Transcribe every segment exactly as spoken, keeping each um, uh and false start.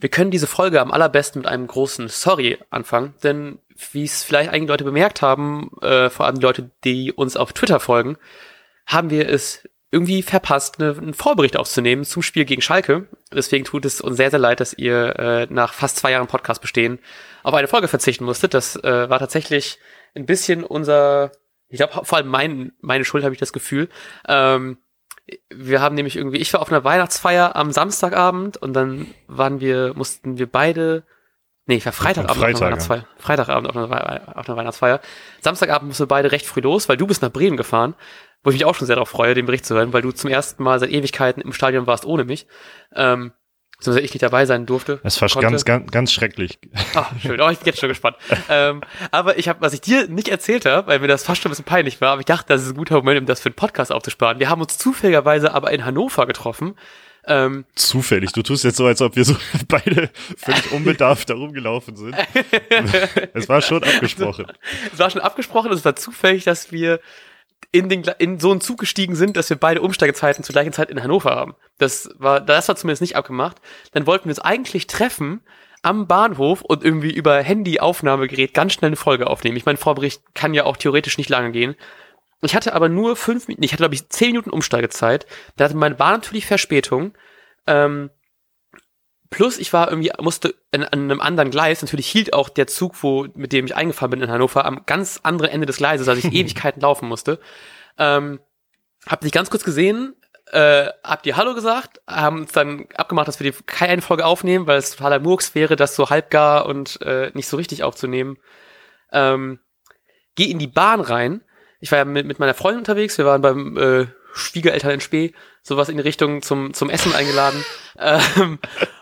wir können diese Folge am allerbesten mit einem großen Sorry anfangen, denn wie es vielleicht einige Leute bemerkt haben, äh, vor allem die Leute, die uns auf Twitter folgen, haben wir es irgendwie verpasst, eine, einen Vorbericht aufzunehmen zum Spiel gegen Schalke. Deswegen tut es uns sehr, sehr leid, dass ihr äh, nach fast zwei Jahren Podcast bestehen auf eine Folge verzichten musstet. Das äh, war tatsächlich ein bisschen unser, ich glaube vor allem mein, meine Schuld, habe ich das Gefühl. Ähm, wir haben nämlich irgendwie, ich war auf einer Weihnachtsfeier am Samstagabend und dann waren wir, mussten wir beide, nee, ich war Freitagabend Freitag, auf einer Weihnachtsfeier. Ja. Freitagabend auf einer, auf einer Weihnachtsfeier. Samstagabend mussten wir beide recht früh los, weil du bist nach Bremen gefahren, wo ich mich auch schon sehr darauf freue, den Bericht zu hören, weil du zum ersten Mal seit Ewigkeiten im Stadion warst ohne mich. Ähm, beziehungsweise ich nicht dabei sein durfte. Es war ganz, ganz, ganz schrecklich. Ah, schön. Oh, ich bin jetzt schon gespannt. ähm, aber ich habe, was ich dir nicht erzählt habe, weil mir das fast schon ein bisschen peinlich war, aber ich dachte, das ist ein guter Moment, um das für einen Podcast aufzusparen. Wir haben uns zufälligerweise aber in Hannover getroffen. Ähm, Zufällig. Du tust jetzt so, als ob wir so beide völlig unbedarft da rumgelaufen sind. Es war schon abgesprochen. Es war schon abgesprochen. Es war zufällig, dass wir in den in so einen Zug gestiegen sind, dass wir beide Umsteigezeiten zur gleichen Zeit in Hannover haben. Das war das war zumindest nicht abgemacht. Dann wollten wir uns eigentlich treffen am Bahnhof und irgendwie über Handy-Aufnahmegerät ganz schnell eine Folge aufnehmen. Ich meine, Vorbericht kann ja auch theoretisch nicht lange gehen. Ich hatte aber nur fünf Minuten, ich hatte glaube ich zehn Minuten Umsteigezeit. Da hatte meine Bahn natürlich Verspätung. Ähm, plus ich war irgendwie, musste an, an einem anderen Gleis, natürlich hielt auch der Zug, wo, mit dem ich eingefahren bin in Hannover, am ganz anderen Ende des Gleises, als ich Ewigkeiten laufen musste. Ähm, hab dich ganz kurz gesehen, äh, hab dir Hallo gesagt, haben uns dann abgemacht, dass wir die keine Folge aufnehmen, weil es totaler Murks wäre, das so halbgar und äh, nicht so richtig aufzunehmen. Ähm, geh in die Bahn rein. Ich war ja mit, mit meiner Freundin unterwegs, wir waren beim äh, Schwiegereltern in Spee, sowas in die Richtung zum, zum Essen eingeladen. ähm,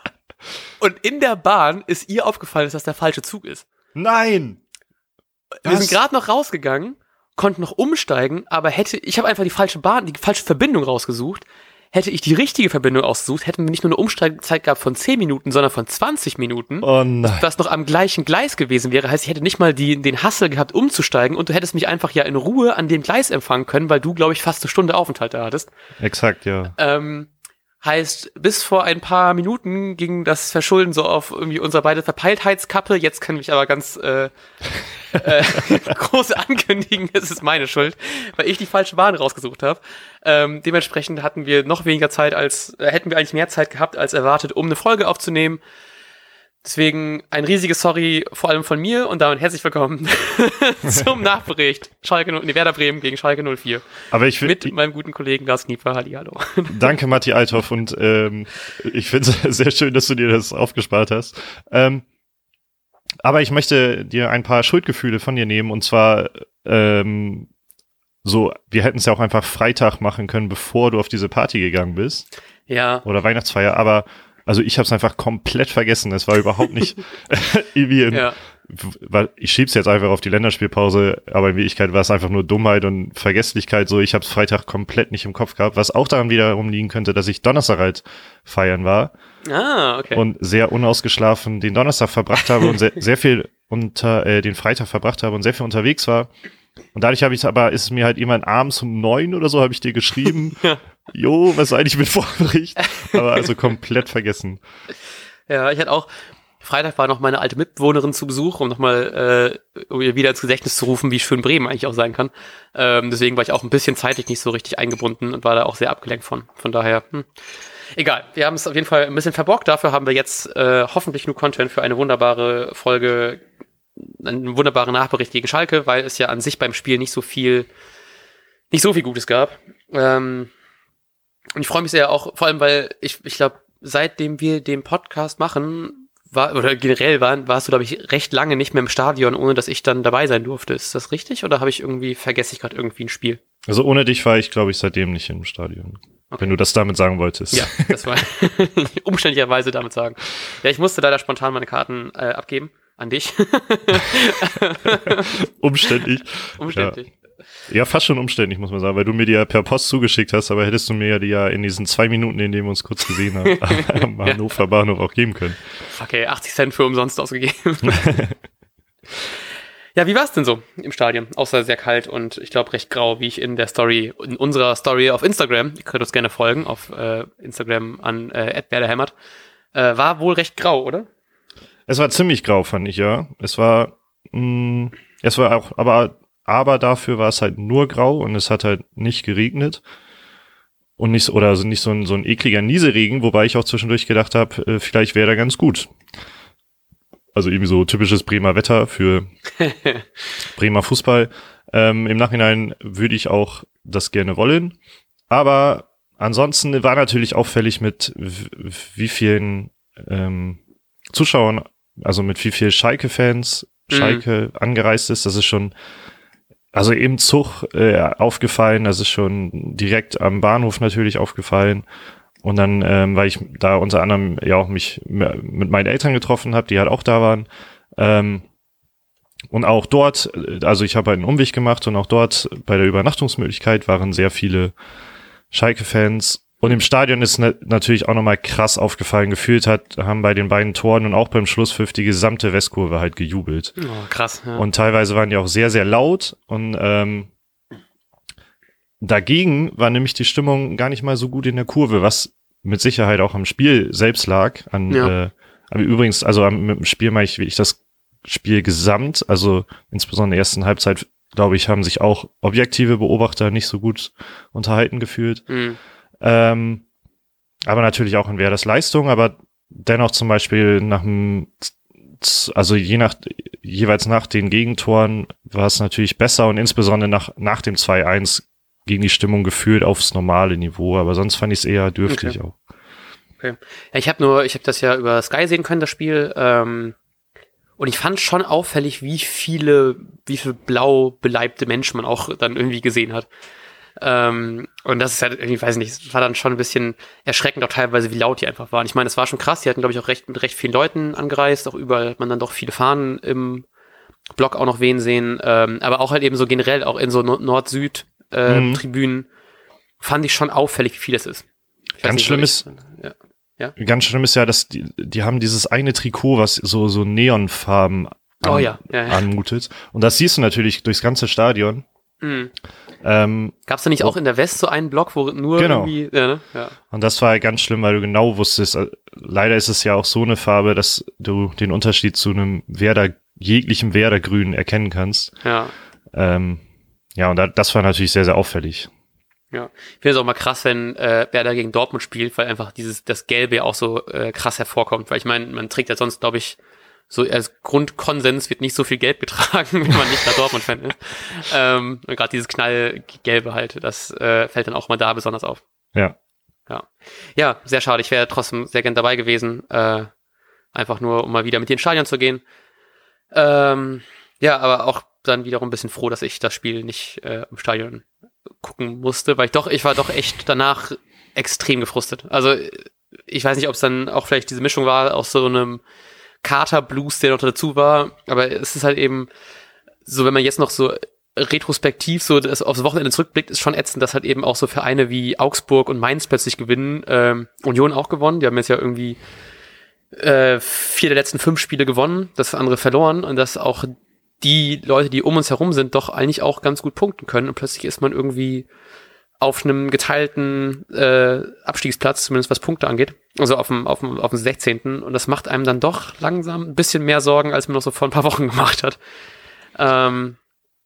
Und in der Bahn ist ihr aufgefallen, dass das der falsche Zug ist. Nein! Wir Was? sind gerade noch rausgegangen, konnten noch umsteigen, aber hätte, ich habe einfach die falsche Bahn, die falsche Verbindung rausgesucht. Hätte ich die richtige Verbindung ausgesucht, hätten wir nicht nur eine Umsteigezeit gehabt von zehn Minuten, sondern von zwanzig Minuten. Oh nein. Was noch am gleichen Gleis gewesen wäre. Heißt, ich hätte nicht mal die, den Hassel gehabt, umzusteigen und du hättest mich einfach ja in Ruhe an dem Gleis empfangen können, weil du, glaube ich, fast eine Stunde Aufenthalt da hattest. Exakt, ja. Ähm, Heißt, bis vor ein paar Minuten ging das Verschulden so auf irgendwie unsere beide Verpeiltheitskappe. Jetzt kann ich aber ganz äh, äh, groß ankündigen, es ist meine Schuld, weil ich die falsche Bahn rausgesucht habe. Ähm, dementsprechend hatten wir noch weniger Zeit als, äh, hätten wir eigentlich mehr Zeit gehabt als erwartet, um eine Folge aufzunehmen. Deswegen ein riesiges Sorry, vor allem von mir und damit herzlich willkommen zum Nachbericht Schalke, nee, Werder Bremen gegen Schalke null vier. Aber ich Mit meinem guten Kollegen Lars Knieper. Hallihallo. Danke, Matti Althoff, und ähm, ich finde es sehr schön, dass du dir das aufgespart hast. Ähm, aber ich möchte dir ein paar Schuldgefühle von dir nehmen, und zwar ähm, so, wir hätten es ja auch einfach Freitag machen können, bevor du auf diese Party gegangen bist. Ja. Oder Weihnachtsfeier, aber also ich habe es einfach komplett vergessen. Es war überhaupt nicht irgendwie in, ja. ich schieb's jetzt einfach auf die Länderspielpause, aber in Wirklichkeit war es einfach nur Dummheit und Vergesslichkeit. So, ich habe es Freitag komplett nicht im Kopf gehabt, was auch daran wiederum liegen könnte, dass ich Donnerstag halt feiern war. Ah, okay. Und sehr unausgeschlafen den Donnerstag verbracht habe und sehr, sehr viel unter äh, den Freitag verbracht habe und sehr viel unterwegs war. Und dadurch habe ich aber, ist es mir halt irgendwann abends um neun oder so, habe ich dir geschrieben, ja. Jo, was ist eigentlich mit Vorbericht? Aber also komplett vergessen. Ja, ich hatte auch, Freitag war noch meine alte Mitbewohnerin zu Besuch, um nochmal äh, um ihr wieder ins Gedächtnis zu rufen, wie schön Bremen eigentlich auch sein kann. Ähm, deswegen war ich auch ein bisschen zeitlich nicht so richtig eingebunden und war da auch sehr abgelenkt von. Von daher, hm. Egal, wir haben es auf jeden Fall ein bisschen verbockt. Dafür haben wir jetzt äh, hoffentlich genug Content für eine wunderbare Folge, einen wunderbaren Nachbericht gegen Schalke, weil es ja an sich beim Spiel nicht so viel, nicht so viel Gutes gab. Ähm, und ich freue mich sehr auch, vor allem, weil ich, ich glaube, seitdem wir den Podcast machen, war, oder generell waren, warst du, glaube ich, recht lange nicht mehr im Stadion, ohne dass ich dann dabei sein durfte. Ist das richtig? Oder habe ich irgendwie, vergesse ich gerade irgendwie ein Spiel? Also ohne dich war ich, glaube ich, seitdem nicht im Stadion. Okay. Wenn du das damit sagen wolltest. Ja, das war umständlicherweise damit sagen. Ja, ich musste leider spontan meine Karten äh, abgeben. An dich. Umständlich. Umständlich. Ja. Ja, fast schon umständlich, muss man sagen, weil du mir die ja per Post zugeschickt hast, aber hättest du mir ja die ja in diesen zwei Minuten, in denen wir uns kurz gesehen haben, am Hannover Bahnhof auch geben können. Fuck ey, achtzig Cent für umsonst ausgegeben. Ja, wie war's denn so im Stadion? Außer sehr kalt und ich glaube recht grau, wie ich in der Story, in unserer Story auf Instagram, ihr könnt uns gerne folgen, auf äh, Instagram an äh, at werderhämmert, Äh, war wohl recht grau, oder? Es war ziemlich grau, fand ich, ja. Es war, mh, es war auch, aber, aber dafür war es halt nur grau und es hat halt nicht geregnet. Und nicht, oder also nicht so ein, so ein ekliger Nieselregen, wobei ich auch zwischendurch gedacht habe, äh, vielleicht wäre der ganz gut. Also irgendwie so typisches Bremer Wetter für Bremer Fußball. Ähm, Im Nachhinein würde ich auch das gerne wollen. Aber ansonsten war natürlich auffällig, mit w- wie vielen ähm, Zuschauern, also mit wie vielen Schalke-Fans Schalke mhm. angereist ist. Das ist schon, also im Zug äh, aufgefallen, das ist schon direkt am Bahnhof natürlich aufgefallen. Und dann, ähm, weil ich da unter anderem ja auch mich mit meinen Eltern getroffen habe, die halt auch da waren. Ähm, und auch dort, also ich habe halt einen Umweg gemacht und auch dort bei der Übernachtungsmöglichkeit waren sehr viele Schalke-Fans. Und im Stadion ist ne, natürlich auch nochmal krass aufgefallen. Gefühlt hat, haben bei den beiden Toren und auch beim Schlusspfiff die gesamte Westkurve halt gejubelt. Oh, krass. Ja. Und teilweise waren die auch sehr, sehr laut. Und ähm, dagegen war nämlich die Stimmung gar nicht mal so gut in der Kurve, was mit Sicherheit auch am Spiel selbst lag. An, ja. äh, aber übrigens, also am, mit dem Spiel meine ich, wie ich das Spiel gesamt, also insbesondere in der ersten Halbzeit, glaube ich, haben sich auch objektive Beobachter nicht so gut unterhalten gefühlt. Mhm. Ähm, aber natürlich auch in Werders Leistung, aber dennoch zum Beispiel nach dem, also je nach, jeweils nach den Gegentoren war es natürlich besser und insbesondere nach, nach dem zwei eins ging die Stimmung gefühlt aufs normale Niveau, aber sonst fand ich es eher dürftig okay. auch. Okay. Ja, ich habe nur, ich habe das ja über Sky sehen können, das Spiel, ähm, und ich fand schon auffällig, wie viele, wie viele blau beleibte Menschen man auch dann irgendwie gesehen hat. Ähm, und das ist halt irgendwie, weiß nicht, es war dann schon ein bisschen erschreckend auch teilweise, wie laut die einfach waren. Ich meine, es war schon krass, die hatten, glaube ich, auch recht mit recht vielen Leuten angereist, auch überall hat man dann doch viele Fahnen im Block auch noch wehen sehen, ähm, aber auch halt eben so generell, auch in so Nord-Süd äh, mhm. Tribünen, fand ich schon auffällig, wie viel das ist. Ganz nicht, schlimm ich, ist, ja. Ja? ganz schlimm ist ja, dass die, die haben dieses eine Trikot, was so, so Neonfarben an, oh, ja. Ja, ja. anmutet. Und das siehst du natürlich durchs ganze Stadion. Mhm. Ähm, Gab es da nicht wo, auch in der West so einen Block, wo nur genau. irgendwie... Ja, ne? Ja. Und das war ganz schlimm, weil du genau wusstest, leider ist es ja auch so eine Farbe, dass du den Unterschied zu einem Werder, jeglichem Werder-Grün erkennen kannst. Ja. Ähm, ja, und da, das war natürlich sehr, sehr auffällig. Ja, ich finde es auch mal krass, wenn äh, Werder gegen Dortmund spielt, weil einfach dieses das Gelbe auch so äh, krass hervorkommt. Weil ich meine, man trägt ja sonst, glaube ich, so als Grundkonsens wird nicht so viel Gelb getragen, wenn man nicht der Dortmund-Fan ist. Ähm, und gerade dieses Knallgelbe halt, das äh, fällt dann auch mal da besonders auf. Ja. Ja, ja, sehr schade. Ich wäre trotzdem sehr gern dabei gewesen. Äh, einfach nur, um mal wieder mit dir ins Stadion zu gehen. Ähm, ja, aber auch dann wiederum ein bisschen froh, dass ich das Spiel nicht äh, im Stadion gucken musste, weil ich doch, ich war doch echt danach extrem gefrustet. Also ich weiß nicht, ob es dann auch vielleicht diese Mischung war aus so einem Kater-Blues, der noch dazu war, aber es ist halt eben so, wenn man jetzt noch so retrospektiv so das aufs Wochenende zurückblickt, ist schon ätzend, dass halt eben auch so Vereine wie Augsburg und Mainz plötzlich gewinnen, ähm, Union auch gewonnen, die haben jetzt ja irgendwie äh, vier der letzten fünf Spiele gewonnen, das andere verloren und dass auch die Leute, die um uns herum sind, doch eigentlich auch ganz gut punkten können und plötzlich ist man irgendwie auf einem geteilten äh, Abstiegsplatz, zumindest was Punkte angeht, also auf dem, auf dem, auf dem sechzehnten und das macht einem dann doch langsam ein bisschen mehr Sorgen, als man noch so vor ein paar Wochen gemacht hat. Ähm,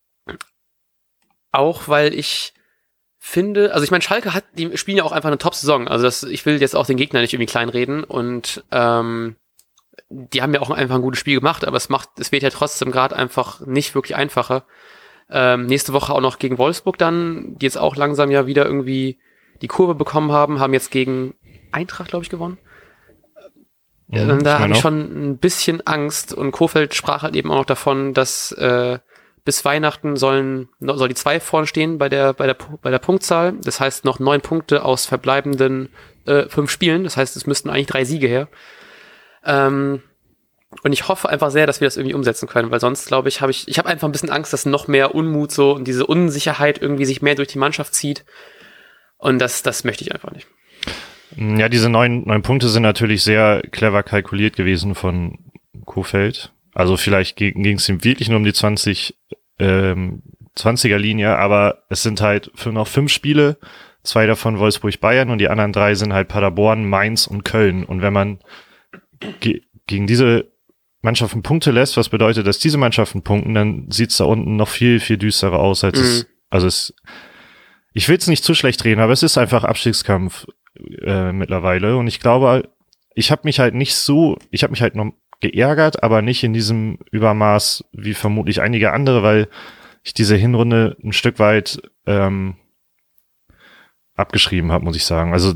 auch weil ich finde, also ich meine, Schalke hat, die spielen ja auch einfach eine Top-Saison, also das, ich will jetzt auch den Gegner nicht irgendwie kleinreden und ähm, die haben ja auch einfach ein gutes Spiel gemacht, aber es macht, es wird ja trotzdem gerade einfach nicht wirklich einfacher. Ähm, nächste Woche auch noch gegen Wolfsburg dann, die jetzt auch langsam ja wieder irgendwie die Kurve bekommen haben, haben jetzt gegen Eintracht, glaube ich, gewonnen. Ja, mhm, da habe ich auch. schon ein bisschen Angst und Kohfeldt sprach halt eben auch noch davon, dass äh, bis Weihnachten sollen soll die zwei vorne stehen bei der bei der bei der Punktzahl. Das heißt noch neun Punkte aus verbleibenden äh, fünf Spielen. Das heißt, es müssten eigentlich drei Siege her. Ähm, und ich hoffe einfach sehr, dass wir das irgendwie umsetzen können, weil sonst, glaube ich, habe ich, ich habe einfach ein bisschen Angst, dass noch mehr Unmut so und diese Unsicherheit irgendwie sich mehr durch die Mannschaft zieht. Und das, das möchte ich einfach nicht. Ja, diese neun, neun Punkte sind natürlich sehr clever kalkuliert gewesen von Kohfeldt. Also vielleicht ging es ihm wirklich nur um die zwanzig, ähm, zwanziger-Linie, aber es sind halt für noch fünf Spiele, zwei davon Wolfsburg-Bayern und die anderen drei sind halt Paderborn, Mainz und Köln. Und wenn man ge- gegen diese Mannschaften Punkte lässt, was bedeutet, dass diese Mannschaften punkten, dann sieht's da unten noch viel, viel düsterer aus, als mhm. es, also es, ich will es nicht zu schlecht reden, aber es ist einfach Abstiegskampf äh, mittlerweile und ich glaube, ich habe mich halt nicht so, ich habe mich halt noch geärgert, aber nicht in diesem Übermaß wie vermutlich einige andere, weil ich diese Hinrunde ein Stück weit ähm, abgeschrieben habe, muss ich sagen. Also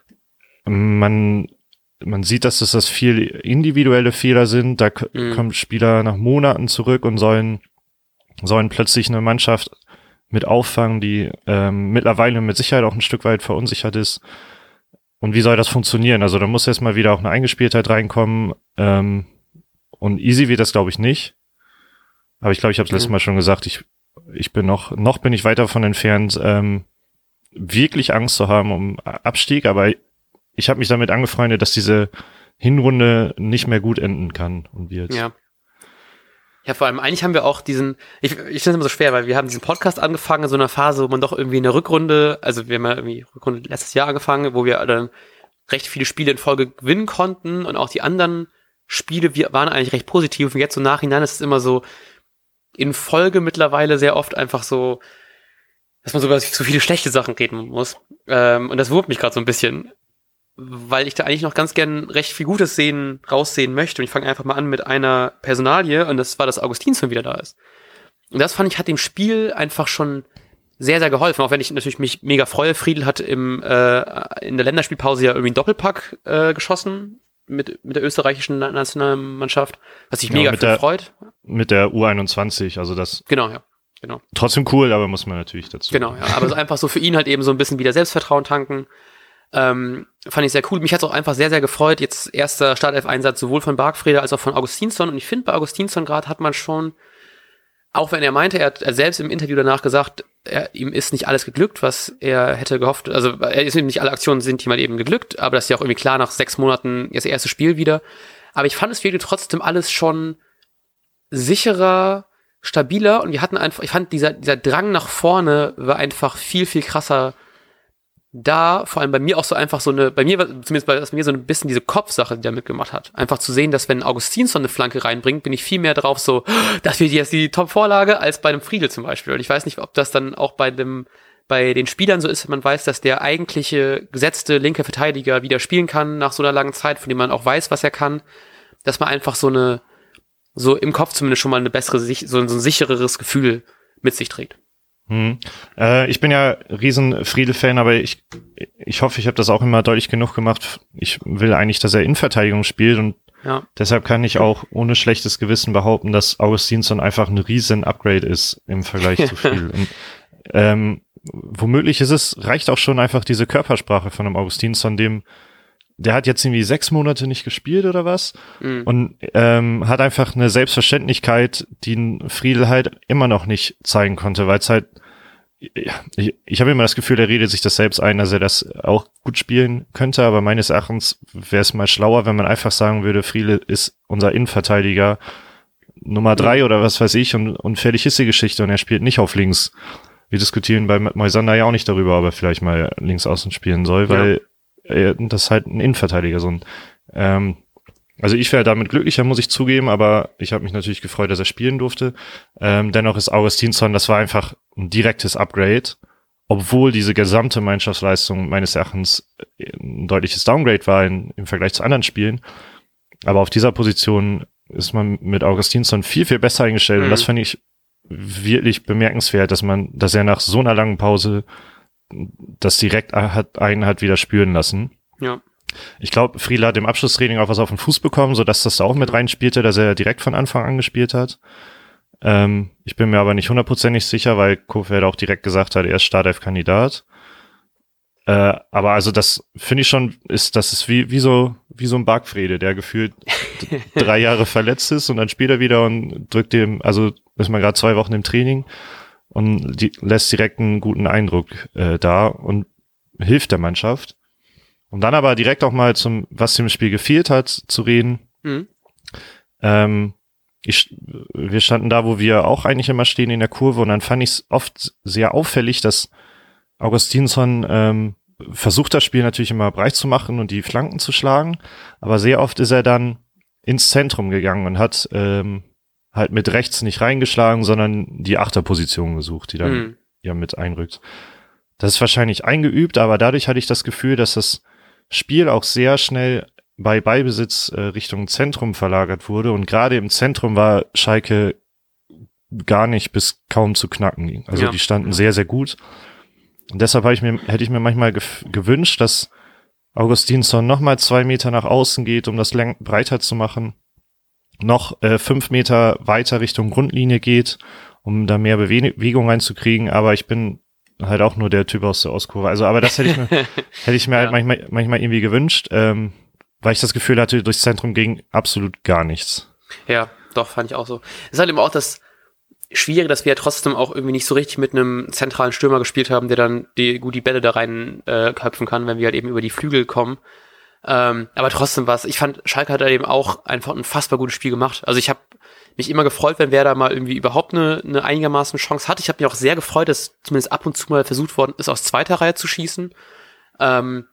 man man sieht, dass das, das viel individuelle Fehler sind. Da k- mhm. kommen Spieler nach Monaten zurück und sollen sollen plötzlich eine Mannschaft mit auffangen, die ähm, mittlerweile mit Sicherheit auch ein Stück weit verunsichert ist. Und wie soll das funktionieren? Also da muss erstmal wieder auch eine Eingespieltheit reinkommen. Ähm, und easy wird das, glaube ich, nicht. Aber ich glaube, ich habe es mhm. letztes Mal schon gesagt, ich ich bin noch, noch bin ich weit davon entfernt, ähm, wirklich Angst zu haben um Abstieg, aber ich habe mich damit angefreundet, dass diese Hinrunde nicht mehr gut enden kann und wird. Ja. Ja, vor allem, eigentlich haben wir auch diesen, ich, ich finde es immer so schwer, weil wir haben diesen Podcast angefangen in so einer Phase, wo man doch irgendwie in der Rückrunde, also wir haben ja irgendwie Rückrunde letztes Jahr angefangen, wo wir dann recht viele Spiele in Folge gewinnen konnten und auch die anderen Spiele wir waren eigentlich recht positiv und jetzt so nachhinein ist es immer so in Folge mittlerweile sehr oft einfach so, dass man sogar so viele schlechte Sachen reden muss. Ähm, und das wurmt mich gerade so ein bisschen, weil ich da eigentlich noch ganz gern recht viel Gutes sehen, raussehen möchte. Und ich fange einfach mal an mit einer Personalie und das war, dass Augustinsson wieder da ist. Und das fand ich, hat dem Spiel einfach schon sehr, sehr geholfen. Auch wenn ich natürlich mich mega freue. Friedl hat im äh, in der Länderspielpause ja irgendwie einen Doppelpack äh, geschossen mit mit der österreichischen Nationalmannschaft, was sich ja, mega viel der, freut. Mit der U einundzwanzig, also das. Genau, ja. Genau. Trotzdem cool, aber muss man natürlich dazu. Genau, ja. Aber so einfach so für ihn halt eben so ein bisschen wieder Selbstvertrauen tanken. Ähm, fand ich sehr cool. Mich hat es auch einfach sehr, sehr gefreut. Jetzt erster Startelf-Einsatz sowohl von Bargfrede als auch von Augustinsson. Und ich finde, bei Augustinsson gerade hat man schon, auch wenn er meinte, er hat selbst im Interview danach gesagt, er, ihm ist nicht alles geglückt, was er hätte gehofft. Also er ist eben nicht alle Aktionen sind ihm halt eben geglückt, aber das ist ja auch irgendwie klar nach sechs Monaten das erste Spiel wieder. Aber ich fand es wirklich trotzdem alles schon sicherer, stabiler und wir hatten einfach, ich fand dieser dieser Drang nach vorne war einfach viel, viel krasser da, vor allem bei mir auch so einfach so eine, bei mir, zumindest bei mir so ein bisschen diese Kopfsache, die da mitgemacht hat. Einfach zu sehen, dass wenn Augustinsson eine Flanke reinbringt, bin ich viel mehr drauf so, das wird jetzt die Top-Vorlage, als bei einem Friedl zum Beispiel. Und ich weiß nicht, ob das dann auch bei dem, bei den Spielern so ist, wenn man weiß, dass der eigentliche gesetzte linke Verteidiger wieder spielen kann nach so einer langen Zeit, von dem man auch weiß, was er kann, dass man einfach so eine, so im Kopf zumindest schon mal eine bessere, so ein, so ein sichereres Gefühl mit sich trägt. Hm. Äh, ich bin ja riesen Friedl-Fan, aber ich, ich hoffe, ich habe das auch immer deutlich genug gemacht. Ich will eigentlich, dass er Innenverteidigung spielt und ja. Deshalb kann ich auch ohne schlechtes Gewissen behaupten, dass Augustinsson einfach ein riesen Upgrade ist im Vergleich zu Friedl. Und, ähm, womöglich ist es, reicht auch schon einfach diese Körpersprache von einem Augustinsson, dem der hat jetzt irgendwie sechs Monate nicht gespielt oder was mhm. und ähm, hat einfach eine Selbstverständlichkeit, die ein Friedl halt immer noch nicht zeigen konnte, weil es halt, ich, ich habe immer das Gefühl, er redet sich das selbst ein, dass er das auch gut spielen könnte, aber meines Erachtens wäre es mal schlauer, wenn man einfach sagen würde, Friedl ist unser Innenverteidiger Nummer drei mhm. oder was weiß ich und, und fertig ist die Geschichte und er spielt nicht auf links. Wir diskutieren bei Moisander ja auch nicht darüber, ob er vielleicht mal links außen spielen soll, weil ja. Das ist halt ein Innenverteidiger. So ein, ähm, also ich wäre damit glücklicher, muss ich zugeben, aber ich habe mich natürlich gefreut, dass er spielen durfte. Ähm, dennoch ist Augustinsson, das war einfach ein direktes Upgrade, obwohl diese gesamte Mannschaftsleistung meines Erachtens ein deutliches Downgrade war in, im Vergleich zu anderen Spielen. Aber auf dieser Position ist man mit Augustinsson viel, viel besser eingestellt. Mhm. Und das fand ich wirklich bemerkenswert, dass man, dass er nach so einer langen Pause das direkt hat, einen hat wieder spüren lassen. Ja. Ich glaube, Friedl hat im Abschlusstraining auch was auf den Fuß bekommen, sodass das da auch mit reinspielte, dass er direkt von Anfang an gespielt hat. Ähm, ich bin mir aber nicht hundertprozentig sicher, weil Kofeld auch direkt gesagt hat, er ist Startelf-Kandidat. Äh, aber also das finde ich schon, ist das ist wie wie so wie so ein Bargfrede, der gefühlt d- drei Jahre verletzt ist und dann spielt er wieder und drückt dem, also ist man gerade zwei Wochen im Training und die, lässt direkt einen guten Eindruck äh, da und hilft der Mannschaft. Und dann aber direkt auch mal zum, was dem Spiel gefehlt hat, zu reden. Mhm. Ähm, ich, wir standen da, wo wir auch eigentlich immer stehen in der Kurve und dann fand ich es oft sehr auffällig, dass Augustinsson ähm, versucht das Spiel natürlich immer breit zu machen und die Flanken zu schlagen, aber sehr oft ist er dann ins Zentrum gegangen und hat ähm, halt mit rechts nicht reingeschlagen, sondern die Achterposition gesucht, die dann mhm. ja mit einrückt. Das ist wahrscheinlich eingeübt, aber dadurch hatte ich das Gefühl, dass das Spiel auch sehr schnell bei Ballbesitz äh, Richtung Zentrum verlagert wurde und gerade im Zentrum war Schalke gar nicht bis kaum zu knacken. Also ja. die standen sehr, sehr gut. Und deshalb habe ich mir, hätte ich mir manchmal gef- gewünscht, dass Augustinsson noch mal zwei Meter nach außen geht, um das Lenk- breiter zu machen, noch äh, fünf Meter weiter Richtung Grundlinie geht, um da mehr Bewe- Bewegung reinzukriegen. Aber ich bin halt auch nur der Typ aus der Ostkurve. Also, aber das hätte ich mir, hätte ich mir ja. halt manchmal, manchmal irgendwie gewünscht, ähm, weil ich das Gefühl hatte, durchs Zentrum ging absolut gar nichts. Ja, doch, fand ich auch so. Es ist halt eben auch das Schwierige, dass wir ja trotzdem auch irgendwie nicht so richtig mit einem zentralen Stürmer gespielt haben, der dann die gut die Bälle da rein äh, köpfen kann, wenn wir halt eben über die Flügel kommen. Ähm, aber trotzdem was. Ich fand, Schalke hat halt eben auch einfach ein unfassbar gutes Spiel gemacht. Also ich habe mich immer gefreut, wenn Werder mal irgendwie überhaupt eine, eine einigermaßen Chance hat. Ich habe mich auch sehr gefreut, dass zumindest ab und zu mal versucht worden ist, aus zweiter Reihe zu schießen. Ähm,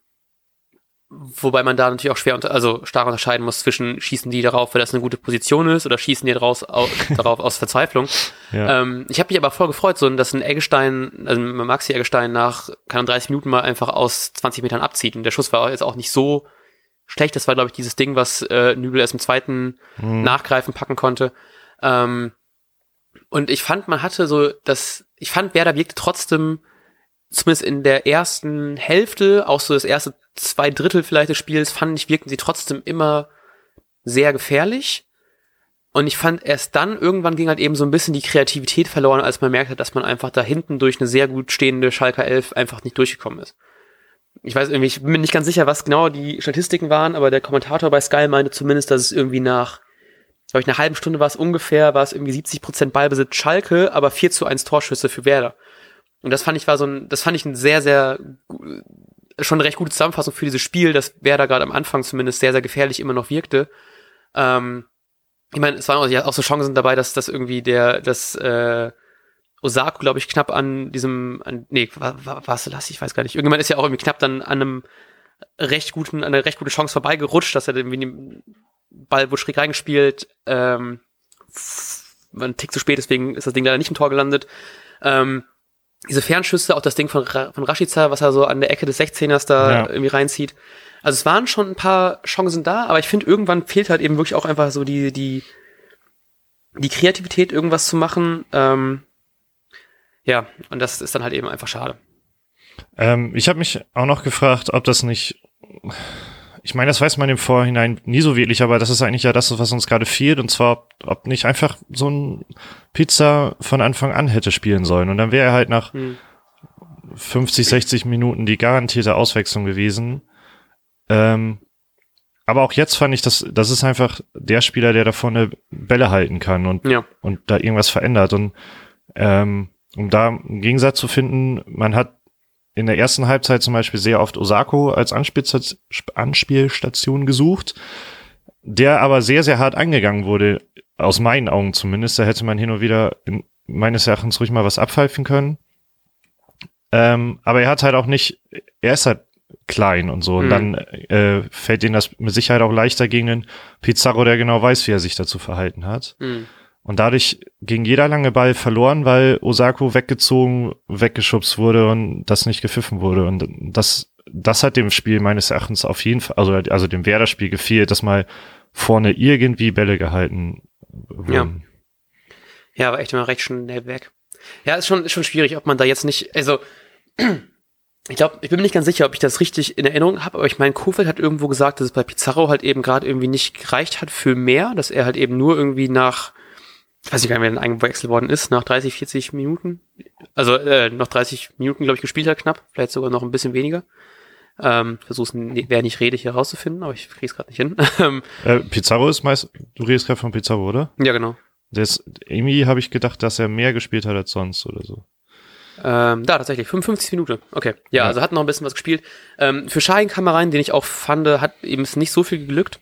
Wobei man da natürlich auch schwer, unter, also stark unterscheiden muss zwischen schießen die darauf, weil das eine gute Position ist, oder schießen die daraus, au, darauf aus Verzweiflung. Ja. Ähm, ich habe mich aber voll gefreut, so dass ein Eggestein, also Maxi Eggestein nach keine dreißig Minuten mal einfach aus zwanzig Metern abzieht. Und der Schuss war jetzt auch nicht so schlecht. Das war, glaube ich, dieses Ding, was äh, Nübel erst im zweiten mhm. Nachgreifen packen konnte. Ähm, und ich fand, man hatte so, das, ich fand, Werder wirkte trotzdem zumindest in der ersten Hälfte, auch so das erste zwei Drittel vielleicht des Spiels, fand ich, wirkten sie trotzdem immer sehr gefährlich. Und ich fand, erst dann irgendwann ging halt eben so ein bisschen die Kreativität verloren, als man merkte, dass man einfach da hinten durch eine sehr gut stehende Schalker Elf einfach nicht durchgekommen ist. Ich weiß irgendwie, ich bin mir nicht ganz sicher, was genau die Statistiken waren, aber der Kommentator bei Sky meinte zumindest, dass es irgendwie nach, glaube ich, einer halben Stunde war es ungefähr, war es irgendwie siebzig Prozent Ballbesitz Schalke, aber vier zu eins Torschüsse für Werder. Und das fand ich war so ein, das fand ich ein sehr, sehr, schon eine recht gute Zusammenfassung für dieses Spiel, dass Werder gerade am Anfang zumindest sehr, sehr gefährlich immer noch wirkte. Ähm, ich meine, es waren auch, ja, auch so Chancen dabei, dass das irgendwie der, das, äh, Osako, glaube ich, knapp an diesem, an, nee, war, war, war es Lass, ich weiß gar nicht. Irgendjemand ist ja auch irgendwie knapp dann an einem recht guten, an einer recht gute Chance vorbeigerutscht, dass er irgendwie den Ball wurde schräg reingespielt, ähm, war ein Tick zu spät, deswegen ist das Ding leider nicht im Tor gelandet. Ähm, Diese Fernschüsse, auch das Ding von, Ra- von Rashica, was er so an der Ecke des sechzehners da ja. irgendwie reinzieht. Also es waren schon ein paar Chancen da, aber ich finde, irgendwann fehlt halt eben wirklich auch einfach so die, die, die Kreativität, irgendwas zu machen. Ähm, ja, und das ist dann halt eben einfach schade. Ähm, ich habe mich auch noch gefragt, ob das nicht, ich meine, das weiß man im Vorhinein nie so wirklich, aber das ist eigentlich ja das, was uns gerade fehlt, und zwar, ob, ob nicht einfach so ein Pizza von Anfang an hätte spielen sollen, und dann wäre er halt nach hm. fünfzig, sechzig Minuten die garantierte Auswechslung gewesen. Ähm, aber auch jetzt fand ich, das, das ist einfach der Spieler, der da vorne Bälle halten kann und, ja. und da irgendwas verändert, und ähm, um da einen Gegensatz zu finden, man hat in der ersten Halbzeit zum Beispiel sehr oft Osako als Anspielstation gesucht, der aber sehr, sehr hart angegangen wurde, aus meinen Augen zumindest. Da hätte man hin und wieder in, meines Erachtens ruhig mal was abpfeifen können. Ähm, aber er hat halt auch nicht, er ist halt klein und so. Und mhm. dann äh, fällt ihm das mit Sicherheit auch leichter gegen den Pizarro, der genau weiß, wie er sich dazu verhalten hat. Mhm. Und dadurch ging jeder lange Ball verloren, weil Osako weggezogen, weggeschubst wurde und das nicht gepfiffen wurde. Und das, das hat dem Spiel meines Erachtens auf jeden Fall, also, also dem Werder-Spiel gefehlt, dass mal vorne irgendwie Bälle gehalten wurden. Ja, ja, aber echt immer recht schnell weg. Ja, ist schon, ist schon schwierig, ob man da jetzt nicht, also, ich glaube, ich bin mir nicht ganz sicher, ob ich das richtig in Erinnerung habe, aber ich meine, Kofeld hat irgendwo gesagt, dass es bei Pizarro halt eben gerade irgendwie nicht gereicht hat für mehr, dass er halt eben nur irgendwie nach, ich weiß nicht gar nicht, wer dann eingewechselt worden ist, nach dreißig, vierzig Minuten, also äh, noch dreißig Minuten, glaube ich, gespielt hat knapp, vielleicht sogar noch ein bisschen weniger. Ähm, versuch's, wer nicht rede, hier rauszufinden, aber ich krieg's gerade nicht hin. äh, Pizarro ist meist, du redest gerade von Pizarro, oder? Ja, genau. Das, irgendwie habe ich gedacht, dass er mehr gespielt hat als sonst oder so. Ähm, da, tatsächlich, fünfundfünfzig Minuten. Okay, ja, ja, also hat noch ein bisschen was gespielt. Ähm, für Schein kam er rein, den ich auch fand, hat eben nicht so viel geglückt.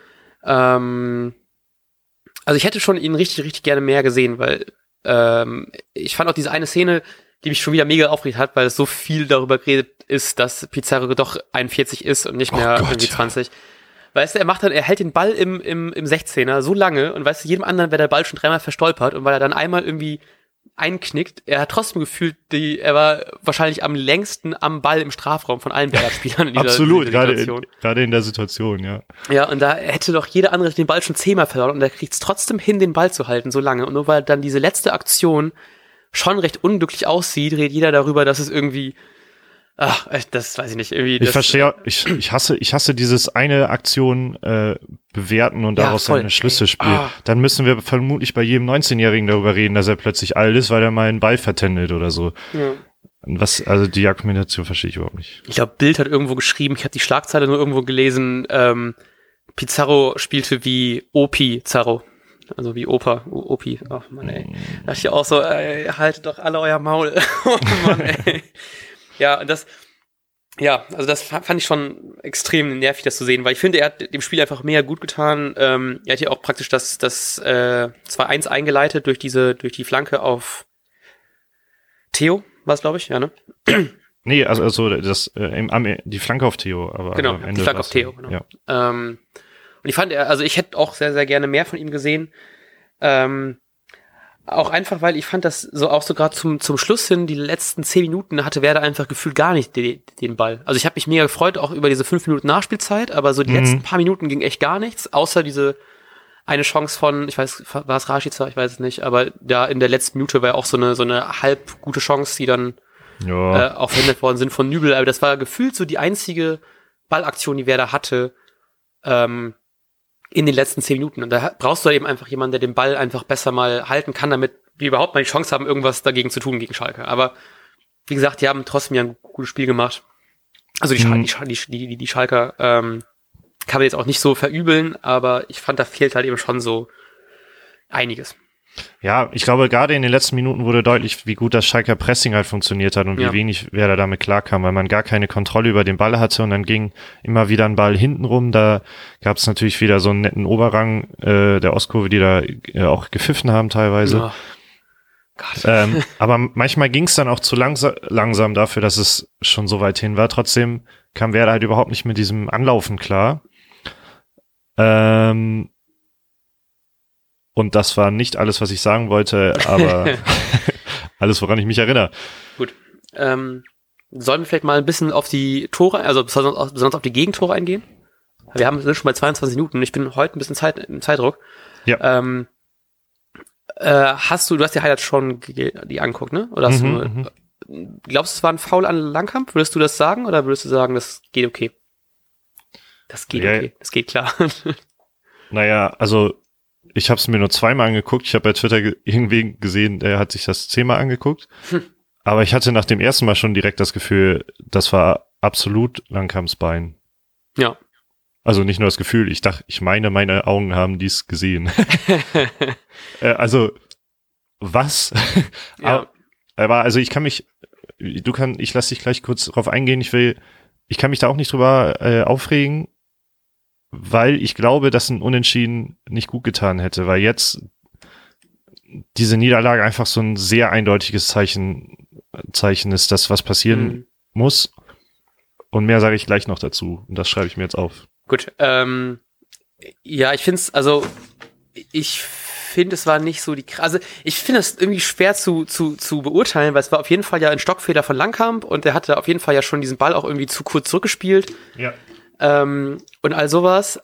Ähm, also ich hätte schon ihn richtig, richtig gerne mehr gesehen, weil ähm, ich fand auch diese eine Szene, die mich schon wieder mega aufgeregt hat, weil es so viel darüber geredet ist, dass Pizarro doch einundvierzig ist und nicht mehr oh Gott, irgendwie zwanzig. Weißt du, er macht dann, er hält den Ball im, im, im sechzehner so lange und weißt du, jedem anderen wäre der Ball schon dreimal verstolpert und weil er dann einmal irgendwie einknickt, er hat trotzdem gefühlt, die, er war wahrscheinlich am längsten am Ball im Strafraum von allen Werder-Spielern in dieser, Absolut, in dieser gerade Situation. in, gerade in der Situation, ja. Ja, und da hätte doch jeder andere den Ball schon zehnmal verloren und er kriegt es trotzdem hin, den Ball zu halten, so lange. Und nur weil dann diese letzte Aktion schon recht unglücklich aussieht, redet jeder darüber, dass es irgendwie, ach, das weiß ich nicht, irgendwie. Ich das, verstehe, ich, ich hasse, ich hasse dieses eine Aktion äh, bewerten und Ja, daraus voll. seine Schlüsse spielen. Ah. Dann müssen wir vermutlich bei jedem neunzehnjährigen darüber reden, dass er plötzlich alt ist, weil er mal einen Ball vertändelt oder so. Ja. Was, also die Argumentation verstehe ich überhaupt nicht. Ich glaube, Bild hat irgendwo geschrieben, ich habe die Schlagzeile nur irgendwo gelesen, ähm, Pizarro spielte wie Opi Zarro. Also wie Opa, O- Opi. Ach Mann, ey. Da dachte ich auch so, ey, haltet doch alle euer Maul. Oh Mann, ey. Ja, und das, ja, also das fa- fand ich schon extrem nervig, das zu sehen, weil ich finde, er hat dem Spiel einfach mehr gut getan. Ähm, er hat ja auch praktisch das, das äh, zwei eins eingeleitet durch diese, durch die Flanke auf Theo, war es, glaube ich, ja, ne? Nee, also, also das, äh, im, am, die Flanke auf Theo, aber Genau, am Ende die Flanke war's auf Theo, dann- genau. Ja. Ähm, und ich fand, er, also ich hätte auch sehr, sehr gerne mehr von ihm gesehen. Ähm, auch einfach, weil ich fand, dass so auch so gerade zum, zum Schluss hin, die letzten zehn Minuten hatte Werder einfach gefühlt gar nicht den, den Ball. Also ich habe mich mega gefreut, auch über diese fünf Minuten Nachspielzeit, aber so die Mhm. letzten paar Minuten ging echt gar nichts, außer diese eine Chance von, ich weiß, war es Rashica, ich weiß es nicht, aber da in der letzten Minute war ja auch so eine, so eine halb gute Chance, die dann Ja. äh, auch verhindert worden sind von Nübel, aber das war gefühlt so die einzige Ballaktion, die Werder hatte, ähm, in den letzten zehn Minuten. Und da ha- brauchst du halt eben einfach jemanden, der den Ball einfach besser mal halten kann, damit wir überhaupt mal die Chance haben, irgendwas dagegen zu tun gegen Schalke. Aber wie gesagt, die haben trotzdem ja ein gutes Spiel gemacht. Also die, Schal- Mhm. die, Schal- die, die, die, die Schalker ähm, kann man jetzt auch nicht so verübeln, aber ich fand, da fehlt halt eben schon so einiges. Ja, ich glaube, gerade in den letzten Minuten wurde deutlich, wie gut das Schalker Pressing halt funktioniert hat und Ja. wie wenig Werder damit klarkam, weil man gar keine Kontrolle über den Ball hatte und dann ging immer wieder ein Ball hinten rum. Da gab es natürlich wieder so einen netten Oberrang äh, der Ostkurve, die da äh, auch gepfiffen haben teilweise. Oh. Gott. Ähm, aber manchmal ging es dann auch zu langsa- langsam dafür, dass es schon so weit hin war. Trotzdem kam Werder halt überhaupt nicht mit diesem Anlaufen klar. Ähm, und das war nicht alles, was ich sagen wollte, aber alles, woran ich mich erinnere. Gut. Ähm, sollen wir vielleicht mal ein bisschen auf die Tore, also besonders besonders auf die Gegentore eingehen? Wir haben sind schon bei zweiundzwanzig Minuten. Ich bin heute ein bisschen Zeit, im Zeitdruck. Ja. Ähm, äh, hast du, du hast die Highlights schon ge- die angeguckt, ne? Oder hast Mhm, du, mhm. glaubst du, es war ein Foul an Langkamp? Würdest du das sagen oder würdest du sagen, das geht okay? Das geht Ja, okay. Das geht klar. Naja, also ich habe es mir nur zweimal angeguckt. Ich habe bei Twitter ge- irgendwen gesehen, der hat sich das zehnmal angeguckt. Hm. Aber ich hatte nach dem ersten Mal schon direkt das Gefühl, das war absolut Langkamps Bein. Ja. Also nicht nur das Gefühl, ich dachte, ich meine, meine Augen haben dies gesehen. äh, also, was? Ja. aber, aber also ich kann mich, du kann, ich lasse dich gleich kurz drauf eingehen. Ich will, ich kann mich da auch nicht drüber äh, aufregen, weil ich glaube, dass ein Unentschieden nicht gut getan hätte, weil jetzt diese Niederlage einfach so ein sehr eindeutiges Zeichen, Zeichen ist, dass was passieren Mhm. muss. Und mehr sage ich gleich noch dazu. Und das schreibe ich mir jetzt auf. Gut, ähm, ja, ich finde es, also ich finde, es war nicht so die, also ich finde es irgendwie schwer zu, zu, zu beurteilen, weil es war auf jeden Fall ja ein Stockfehler von Langkamp und der hatte auf jeden Fall ja schon diesen Ball auch irgendwie zu kurz zurückgespielt Ja. ähm, und all sowas.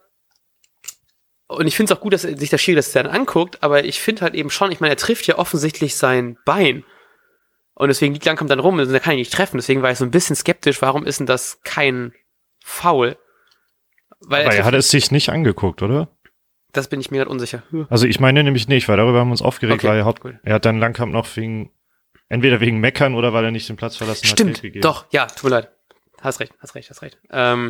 Und ich finde es auch gut, dass sich der Schiri das dann anguckt, aber ich finde halt eben schon, ich meine, er trifft ja offensichtlich sein Bein. Und deswegen liegt Langkamp dann rum und er kann ihn nicht treffen. Deswegen war ich so ein bisschen skeptisch, warum ist denn das kein Foul? Weil Aber er trifft- hat es sich nicht angeguckt, oder? das bin ich mir gerade unsicher. Hm. Also ich meine nämlich nicht, weil darüber haben wir uns aufgeregt, Okay, weil er hat, gut. er hat dann Langkamp noch wegen, entweder wegen Meckern oder weil er nicht den Platz verlassen hat. Stimmt, Geld gegeben. doch, ja, tut mir leid. Hast recht, hast recht, hast recht. Ähm,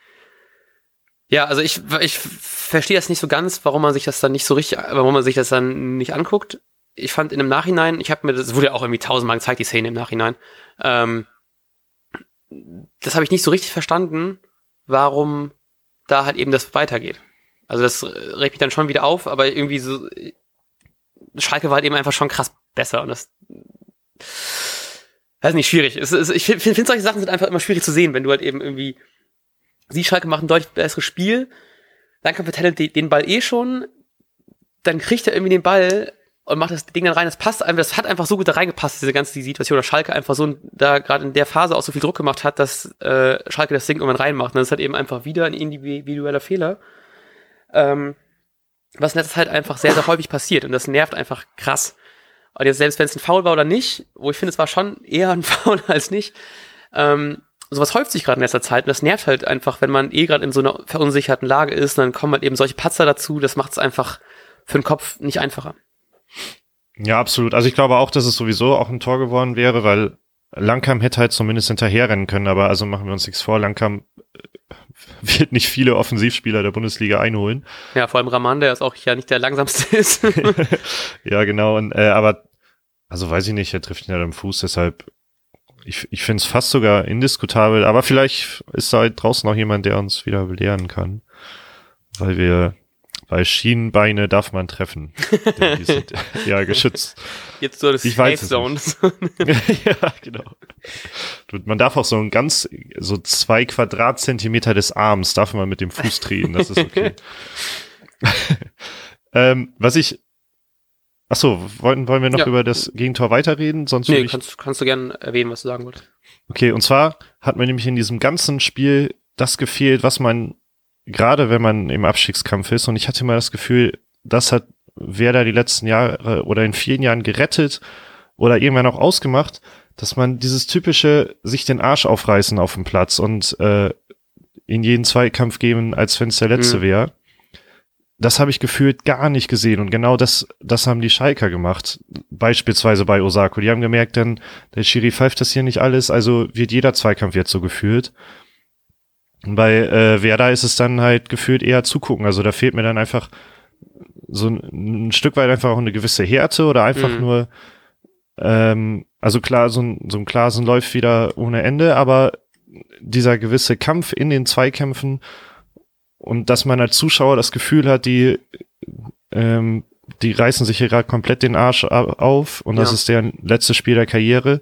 ja, also ich, ich verstehe das nicht so ganz, warum man sich das dann nicht so richtig, warum man sich das dann nicht anguckt. Ich fand in dem Nachhinein, ich habe mir, das wurde ja auch irgendwie tausendmal gezeigt, die Szene im Nachhinein. Ähm, das habe ich nicht so richtig verstanden, warum da halt eben das weitergeht. Also das regt mich dann schon wieder auf, aber irgendwie so, Schalke war halt eben einfach schon krass besser und das, weiß nicht, schwierig. Es ist, ich finde, find, solche Sachen sind einfach immer schwierig zu sehen, wenn du halt eben irgendwie siehst, Schalke macht ein deutlich besseres Spiel, dann kann Vitelle den Ball eh schon, dann kriegt er irgendwie den Ball und macht das Ding dann rein. Das passt einfach, das hat einfach so gut da reingepasst, diese ganze die Situation, dass Schalke einfach so da gerade in der Phase auch so viel Druck gemacht hat, dass äh, Schalke das Ding irgendwann reinmacht. Und das ist halt eben einfach wieder ein individueller Fehler. Ähm, was in letzter Zeit einfach sehr, sehr häufig passiert. Und das nervt einfach krass. Und jetzt, selbst wenn es ein Foul war oder nicht, wo ich finde, es war schon eher ein Foul als nicht, ähm, sowas häuft sich gerade in letzter Zeit. Und das nervt halt einfach, wenn man eh gerade in so einer verunsicherten Lage ist. Und dann kommen halt eben solche Patzer dazu. Das macht es einfach für den Kopf nicht einfacher. Ja, absolut. Also ich glaube auch, dass es sowieso auch ein Tor geworden wäre, weil Langkamp hätte halt zumindest hinterherrennen können, aber also machen wir uns nichts vor, Langkamp wird nicht viele Offensivspieler der Bundesliga einholen. Ja, vor allem Rahman, der ist auch ja nicht der langsamste ist. Ja, genau. Und äh, aber, also weiß ich nicht, er trifft ihn ja am Fuß, deshalb, ich, ich finde es fast sogar indiskutabel, aber vielleicht ist da halt draußen noch jemand, der uns wieder belehren kann, weil wir Weil Schienenbeine darf man treffen. Ja, die sind ja geschützt. Jetzt so das Safe Zone. Ja, genau. Man darf auch so ein ganz, so zwei Quadratzentimeter des Arms darf man mit dem Fuß treten. Das ist okay. ähm, was ich, ach so, wollen, wollen wir noch ja. über das Gegentor weiterreden? Sonst nee, ich, kannst, kannst du gerne erwähnen, was du sagen wolltest. Okay, und zwar hat mir nämlich in diesem ganzen Spiel das gefehlt, was man gerade wenn man im Abstiegskampf ist, und ich hatte mal das Gefühl, das hat Werder die letzten Jahre oder in vielen Jahren gerettet oder irgendwann auch ausgemacht, dass man dieses typische sich den Arsch aufreißen auf dem Platz und äh, in jeden Zweikampf geben, als wenn es der letzte mhm. wäre. Das habe ich gefühlt gar nicht gesehen und genau das das haben die Schalker gemacht, beispielsweise bei Osako. Die haben gemerkt, dann der Schiri pfeift das hier nicht alles, also wird jeder Zweikampf jetzt so gefühlt. Bei äh, Werder ist es dann halt gefühlt eher zugucken. Also da fehlt mir dann einfach so ein, ein Stück weit einfach auch eine gewisse Härte oder einfach mhm. nur, ähm, also klar, so ein, so ein Klasen läuft wieder ohne Ende, aber dieser gewisse Kampf in den Zweikämpfen und dass man als Zuschauer das Gefühl hat, die, ähm, die reißen sich hier gerade komplett den Arsch auf und ja. das ist deren letztes Spiel der Karriere.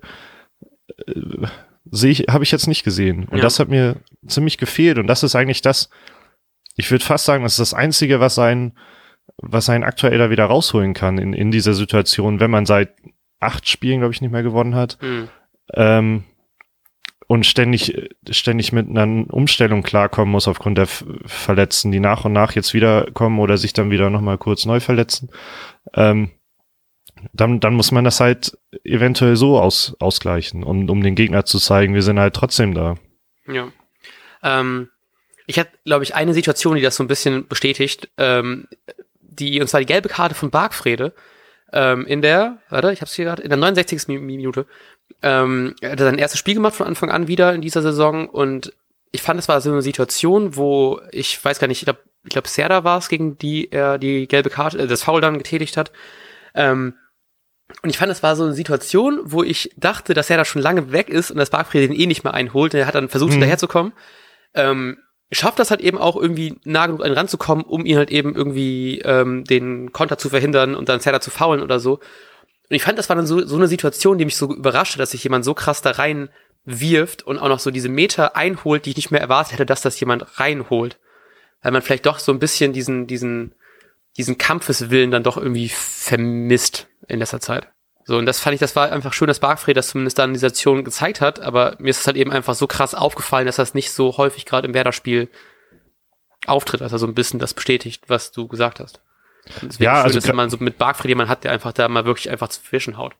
Äh, sehe ich, habe ich jetzt nicht gesehen. Und ja. das hat mir ziemlich gefehlt. Und das ist eigentlich das, ich würde fast sagen, das ist das Einzige, was ein, was ein aktuell da wieder rausholen kann in, in dieser Situation, wenn man seit acht Spielen, glaube ich, nicht mehr gewonnen hat. Mhm. Ähm, und ständig, ständig mit einer Umstellung klarkommen muss aufgrund der Verletzten, die nach und nach jetzt wiederkommen oder sich dann wieder nochmal kurz neu verletzen. Ähm, Dann, dann muss man das halt eventuell so aus, ausgleichen, um, um den Gegner zu zeigen, wir sind halt trotzdem da. Ja. Ähm, ich hatte, glaube ich, eine Situation, die das so ein bisschen bestätigt, ähm, die, und zwar die gelbe Karte von Bargfrede, ähm, in der, warte, ich hab's hier gerade, in der neunundsechzigsten Minute, ähm, er hat sein erstes Spiel gemacht von Anfang an wieder in dieser Saison und ich fand, es war so eine Situation, wo, ich weiß gar nicht, ich glaube, ich glaube, Serda war es, gegen die er die gelbe Karte, äh, das Foul dann getätigt hat, ähm, und ich fand, es war so eine Situation, wo ich dachte, dass er da schon lange weg ist und das Bargfrede den eh nicht mehr einholt. Und er hat dann versucht, mhm. hinterherzukommen. Ähm, schafft das halt eben auch irgendwie nah genug an ihn ranzukommen, um ihn halt eben irgendwie ähm, den Konter zu verhindern und dann Serda zu faulen oder so. Und ich fand, das war dann so, so eine Situation, die mich so überraschte, dass sich jemand so krass da rein wirft und auch noch so diese Meter einholt, die ich nicht mehr erwartet hätte, dass das jemand reinholt. Weil man vielleicht doch so ein bisschen diesen, diesen, diesen Kampfeswillen dann doch irgendwie vermisst in letzter Zeit. So, und das fand ich, das war einfach schön, dass Bargfrede das zumindest dann in dieser Situation gezeigt hat, aber mir ist es halt eben einfach so krass aufgefallen, dass das nicht so häufig gerade im Werder-Spiel auftritt, also so ein bisschen das bestätigt, was du gesagt hast. Deswegen ja, schön, also dass man so mit Bargfrede jemanden hat, der einfach da mal wirklich einfach zwischen haut.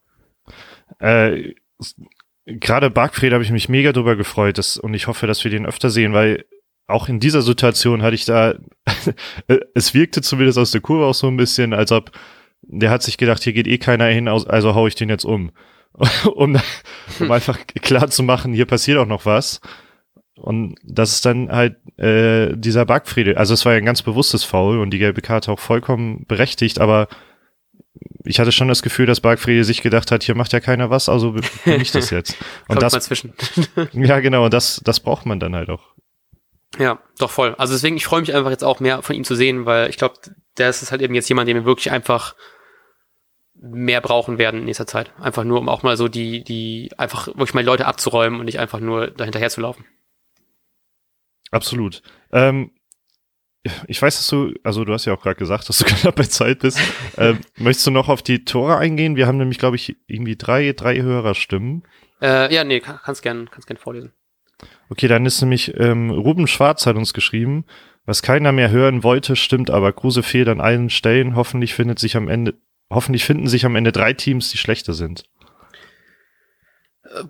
Äh, gerade Bargfrede habe ich mich mega drüber gefreut, dass, und ich hoffe, dass wir den öfter sehen, weil auch in dieser Situation hatte ich da, es wirkte zumindest aus der Kurve auch so ein bisschen, als ob der hat sich gedacht, hier geht eh keiner hin, also hau ich den jetzt um. um, um einfach klar zu machen, hier passiert auch noch was. Und das ist dann halt äh, dieser Bargfrede, also es war ja ein ganz bewusstes Foul und die gelbe Karte auch vollkommen berechtigt, aber ich hatte schon das Gefühl, dass Bargfrede sich gedacht hat, hier macht ja keiner was, also bin ich das jetzt. Und Kommt das mal zwischen. Ja, genau, und das, das braucht man dann halt auch. Ja, doch voll. Also deswegen, ich freue mich einfach jetzt auch mehr von ihm zu sehen, weil ich glaube, der ist halt eben jetzt jemand, der mir wirklich einfach mehr brauchen werden in nächster Zeit. Einfach nur, um auch mal so die, die, einfach wirklich mal Leute abzuräumen und nicht einfach nur dahinterher zu laufen. Absolut. Ähm, ich weiß, dass du, also du hast ja auch gerade gesagt, dass du knapp bei Zeit bist. ähm, möchtest du noch auf die Tore eingehen? Wir haben nämlich, glaube ich, irgendwie drei, drei Hörerstimmen. Äh, ja, nee, kann, kannst gern, kannst gern vorlesen. Okay, dann ist nämlich, ähm, Ruben Schwarz hat uns geschrieben, was keiner mehr hören wollte, stimmt aber. Kruse fehlt an allen Stellen. Hoffentlich findet sich am Ende, hoffentlich finden sich am Ende drei Teams, die schlechter sind. Äh,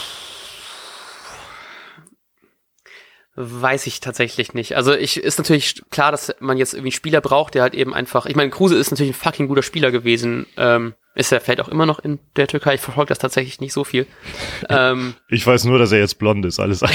Weiß ich tatsächlich nicht. Also ich ist natürlich klar, dass man jetzt irgendwie einen Spieler braucht, der halt eben einfach, ich meine, Kruse ist natürlich ein fucking guter Spieler gewesen. Ähm, ist er vielleicht auch immer noch in der Türkei? Ich verfolge das tatsächlich nicht so viel. ähm, ich weiß nur, dass er jetzt blond ist, alles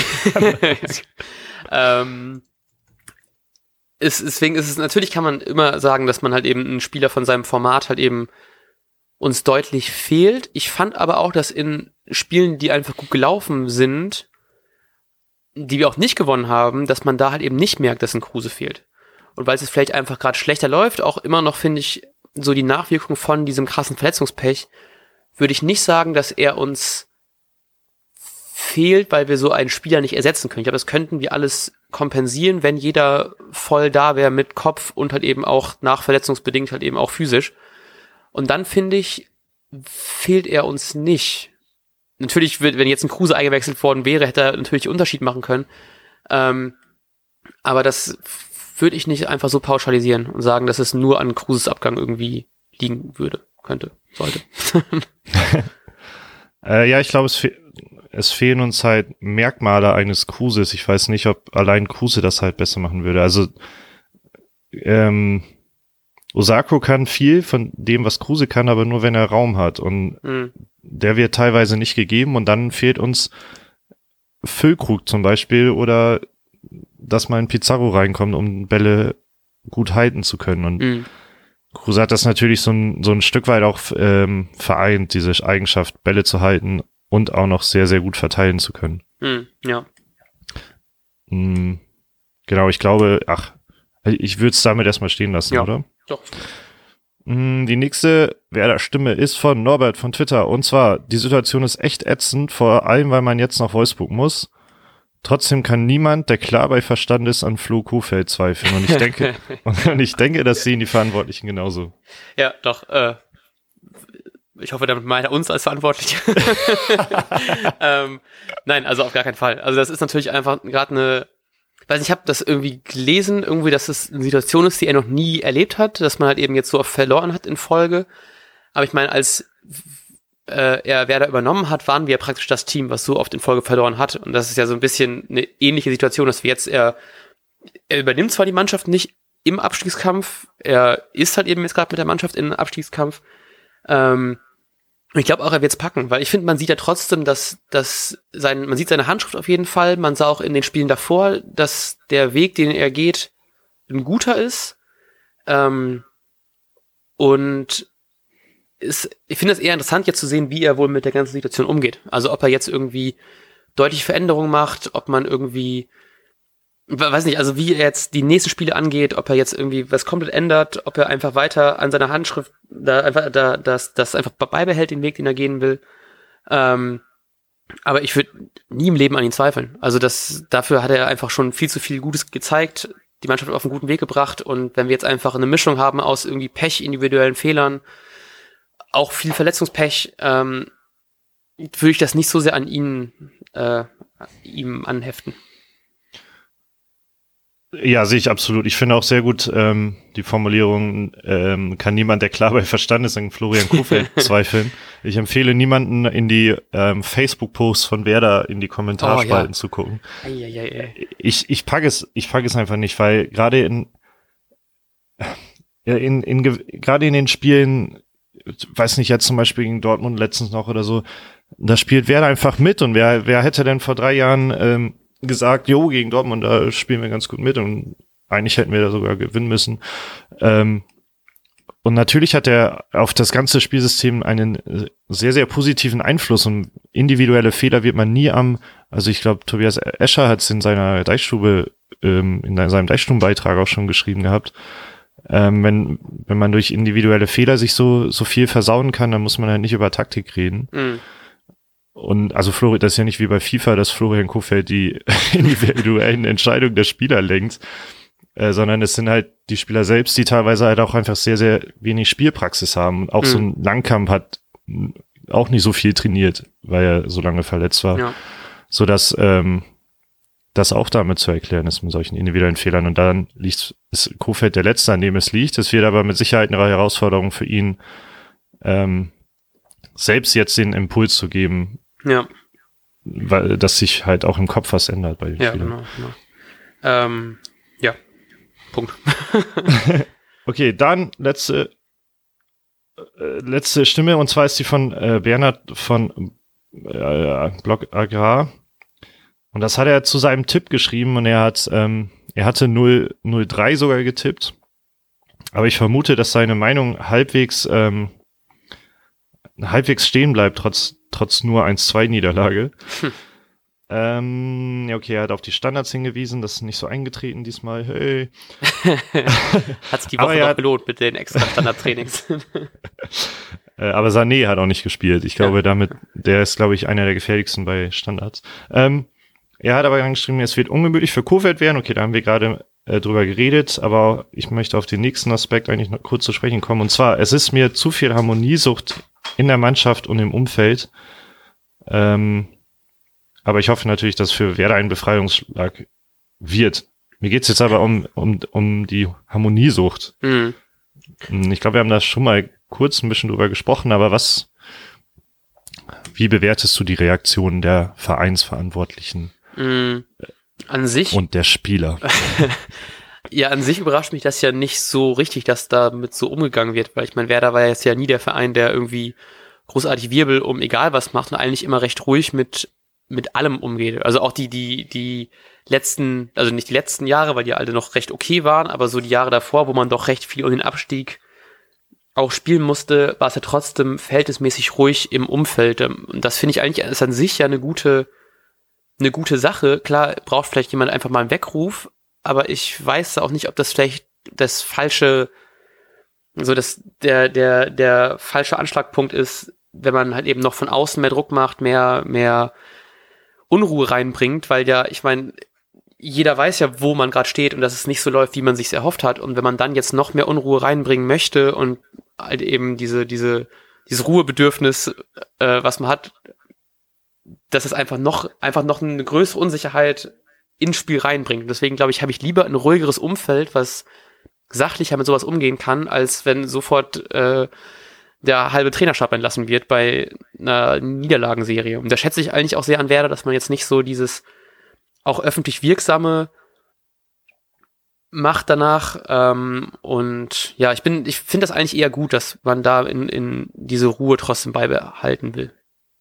ähm, ist, deswegen ist es, natürlich kann man immer sagen, dass man halt eben einen Spieler von seinem Format halt eben uns deutlich fehlt. Ich fand aber auch, dass in Spielen, die einfach gut gelaufen sind, die wir auch nicht gewonnen haben, dass man da halt eben nicht merkt, dass ein Kruse fehlt. Und weil es vielleicht einfach gerade schlechter läuft, auch immer noch, finde ich, so die Nachwirkung von diesem krassen Verletzungspech, würde ich nicht sagen, dass er uns fehlt, weil wir so einen Spieler nicht ersetzen können. Ich glaube, das könnten wir alles kompensieren, wenn jeder voll da wäre mit Kopf und halt eben auch nachverletzungsbedingt halt eben auch physisch. Und dann, finde ich, fehlt er uns nicht. Natürlich, wenn jetzt ein Kruse eingewechselt worden wäre, hätte er natürlich einen Unterschied machen können. Ähm, aber das würde ich nicht einfach so pauschalisieren und sagen, dass es nur an Kruses Abgang irgendwie liegen würde, könnte, sollte. äh, ja, ich glaube, es, fe- es fehlen uns halt Merkmale eines Kruses. Ich weiß nicht, ob allein Kruse das halt besser machen würde. Also ähm, Osako kann viel von dem, was Kruse kann, aber nur, wenn er Raum hat. Und mhm. der wird teilweise nicht gegeben. Und dann fehlt uns Füllkrug zum Beispiel oder dass mal ein Pizarro reinkommt, um Bälle gut halten zu können. Und mhm. Kruse hat das natürlich so ein, so ein Stück weit auch ähm, vereint, diese Eigenschaft, Bälle zu halten und auch noch sehr, sehr gut verteilen zu können. Mhm. Ja. Mhm. Genau, ich glaube, ach, ich würde es damit erstmal stehen lassen, ja. oder? Doch. Die nächste Werder-Stimme ist von Norbert von Twitter. Und zwar, die Situation ist echt ätzend, vor allem, weil man jetzt nach Wolfsburg muss. Trotzdem kann niemand, der klar bei Verstand ist, an Flo Kofeld zweifeln. Und ich denke, und ich denke, das sehen die Verantwortlichen genauso. Ja, doch. Äh, ich hoffe, damit meint er uns als Verantwortliche. ähm, nein, also auf gar keinen Fall. Also das ist natürlich einfach gerade eine, ich weiß nicht, ich habe das irgendwie gelesen, irgendwie, dass es eine Situation ist, die er noch nie erlebt hat, dass man halt eben jetzt so oft verloren hat in Folge. Aber ich meine, als äh, er Werder übernommen hat, waren wir praktisch das Team, was so oft in Folge verloren hat. Und das ist ja so ein bisschen eine ähnliche Situation, dass wir jetzt, er, er übernimmt zwar die Mannschaft nicht im Abstiegskampf, er ist halt eben jetzt gerade mit der Mannschaft im Abstiegskampf. Ähm, ich glaube auch, er wird es packen, weil ich finde, man sieht ja trotzdem, dass, dass sein, man sieht seine Handschrift auf jeden Fall, man sah auch in den Spielen davor, dass der Weg, den er geht, ein guter ist. Ähm, und ist, ich finde es eher interessant, jetzt zu sehen, wie er wohl mit der ganzen Situation umgeht. Also ob er jetzt irgendwie deutliche Veränderungen macht, ob man irgendwie, weiß nicht, also wie er jetzt die nächsten Spiele angeht, ob er jetzt irgendwie was komplett ändert, ob er einfach weiter an seiner Handschrift da einfach da das das einfach beibehält, den Weg, den er gehen will. Ähm, aber ich würde nie im Leben an ihn zweifeln. Also das dafür hat er einfach schon viel zu viel Gutes gezeigt, die Mannschaft auf einen guten Weg gebracht, und wenn wir jetzt einfach eine Mischung haben aus irgendwie Pech, individuellen Fehlern, auch viel Verletzungspech, ähm, würde ich das nicht so sehr an ihn äh, ihm anheften. Ja, sehe ich absolut. Ich finde auch sehr gut ähm, die Formulierung, ähm, kann niemand, der klar bei Verstand ist, an Florian Kofeld zweifeln. Ich empfehle niemanden, in die ähm, Facebook-Posts von Werder in die Kommentarspalten oh, ja. zu gucken. Ei, ei, ei. Ich, ich packe es, ich packe es einfach nicht, weil gerade in, in, in, in gerade in den Spielen, weiß nicht, jetzt zum Beispiel gegen Dortmund letztens noch oder so, da spielt Werder einfach mit, und wer, wer hätte denn vor drei Jahren ähm, gesagt, jo, gegen Dortmund, da spielen wir ganz gut mit, und eigentlich hätten wir da sogar gewinnen müssen. Ähm, und natürlich hat er auf das ganze Spielsystem einen sehr, sehr positiven Einfluss, und individuelle Fehler wird man nie am, also ich glaube, Tobias Escher hat es in seiner Deichstube, ähm, in seinem Deichstubenbeitrag auch schon geschrieben gehabt, ähm, wenn, wenn man durch individuelle Fehler sich so, so viel versauen kann, dann muss man halt nicht über Taktik reden. Mhm. Und also Florian, das ist ja nicht wie bei FIFA, dass Florian Kohfeldt die individuellen Entscheidungen der Spieler lenkt, äh, sondern es sind halt die Spieler selbst, die teilweise halt auch einfach sehr, sehr wenig Spielpraxis haben. Und auch mhm. so ein Langkamp hat auch nicht so viel trainiert, weil er so lange verletzt war. Ja. Sodass ähm, das auch damit zu erklären ist mit solchen individuellen Fehlern. Und dann liegt, ist Kohfeldt der Letzte, an dem es liegt. Es wird aber mit Sicherheit eine Herausforderung für ihn, ähm, selbst jetzt den Impuls zu geben, ja, weil dass sich halt auch im Kopf was ändert bei den ja, Spielern. Genau, genau. Ähm, ja, Punkt. Okay, dann letzte äh, letzte Stimme, und zwar ist die von äh, Bernhard von äh, Blog Agrar. Und das hat er zu seinem Tipp geschrieben, und er hat ähm, er hatte null null drei sogar getippt. Aber ich vermute, dass seine Meinung halbwegs ähm, halbwegs stehen bleibt, trotz trotz nur eins zwei Niederlage. Hm. Ähm, ja, okay, er hat auf die Standards hingewiesen, das ist nicht so eingetreten diesmal. Hey. Hat's die Woche noch belohnt mit den extra Standardtrainings. äh, aber Sané hat auch nicht gespielt. Ich glaube, ja. damit, der ist, glaube ich, einer der gefährlichsten bei Standards. Ähm, er hat aber dann geschrieben, es wird ungemütlich für Kohfeldt werden. Okay, da haben wir gerade äh, drüber geredet, aber ich möchte auf den nächsten Aspekt eigentlich noch kurz zu sprechen kommen. Und zwar, es ist mir zu viel Harmoniesucht in der Mannschaft und im Umfeld. Ähm, aber ich hoffe natürlich, dass für Werder ein Befreiungsschlag wird. Mir geht's jetzt aber um, um, um die Harmoniesucht. Mhm. Ich glaube, wir haben da schon mal kurz ein bisschen drüber gesprochen, aber was, wie bewertest du die Reaktionen der Vereinsverantwortlichen? Mhm. An sich? Und der Spieler? Ja, an sich überrascht mich das ja nicht so richtig, dass damit so umgegangen wird, weil ich meine, Werder war jetzt ja nie der Verein, der irgendwie großartig Wirbel um egal was macht und eigentlich immer recht ruhig mit mit allem umgeht. Also auch die die die letzten, also nicht die letzten Jahre, weil die alle noch recht okay waren, aber so die Jahre davor, wo man doch recht viel um den Abstieg auch spielen musste, war es ja trotzdem verhältnismäßig ruhig im Umfeld. Und das finde ich eigentlich ist an sich ja eine gute eine gute Sache. Klar, braucht vielleicht jemand einfach mal einen Weckruf, aber ich weiß auch nicht, ob das vielleicht das falsche, so dass der, der, der falsche Anschlagpunkt ist, wenn man halt eben noch von außen mehr Druck macht, mehr, mehr Unruhe reinbringt, weil ja, ich meine, jeder weiß ja, wo man gerade steht und dass es nicht so läuft, wie man sich's erhofft hat. Und wenn man dann jetzt noch mehr Unruhe reinbringen möchte und halt eben diese, diese, dieses Ruhebedürfnis, äh, was man hat, dass es einfach noch, einfach noch eine größere Unsicherheit ins Spiel reinbringt. Deswegen glaube ich, habe ich lieber ein ruhigeres Umfeld, was sachlicher mit sowas umgehen kann, als wenn sofort äh, der halbe Trainerstab entlassen wird bei einer Niederlagenserie. Und da schätze ich eigentlich auch sehr an Werder, dass man jetzt nicht so dieses auch öffentlich wirksame macht danach. Ähm, und ja, ich bin, ich finde das eigentlich eher gut, dass man da in, in diese Ruhe trotzdem beibehalten will.